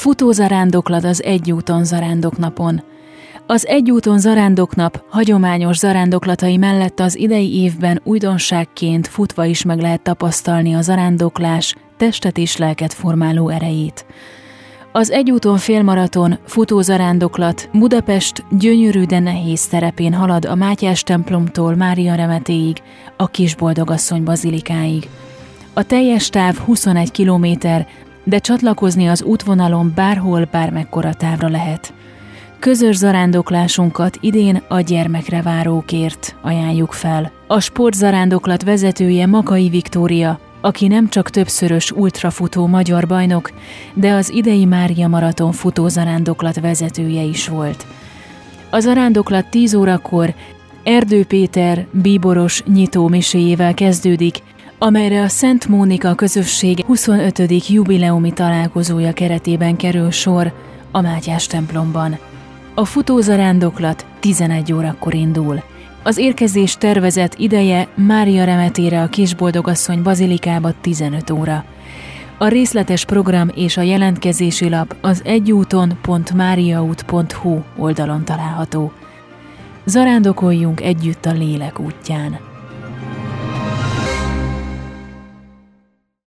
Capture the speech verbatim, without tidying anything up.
Futózarándoklat az Egyúton zarándoknapon. Az Egyúton zarándoknap hagyományos zarándoklatai mellett az idei évben újdonságként futva is meg lehet tapasztalni a zarándoklás testet és lelket formáló erejét. Az Egyúton félmaraton futózarándoklat Budapest gyönyörű, de nehéz terepén halad a Mátyás templomtól Mária remetéig, a Kisboldogasszony bazilikáig. A teljes táv huszonegy kilométer, de csatlakozni az útvonalon bárhol, bármekkora távra lehet. Közös zarándoklásunkat idén a gyermekre várókért ajánljuk fel. A sportzarándoklat vezetője Makai Viktória, aki nem csak többszörös ultrafutó magyar bajnok, de az idei Mária Maraton futózarándoklat vezetője is volt. A zarándoklat tíz órakor Erdő Péter bíboros nyitó miséjével kezdődik, amelyre a Szent Mónika közösség huszonötödik jubileumi találkozója keretében kerül sor a Mátyás templomban. A futózarándoklat tizenegy órakor indul. Az érkezés tervezett ideje Mária remetére a Kisboldogasszony bazilikába tizenöt óra. A részletes program és a jelentkezési lap az egyúton pont máriaút pont hu oldalon található. Zarándokoljunk együtt a lélek útján.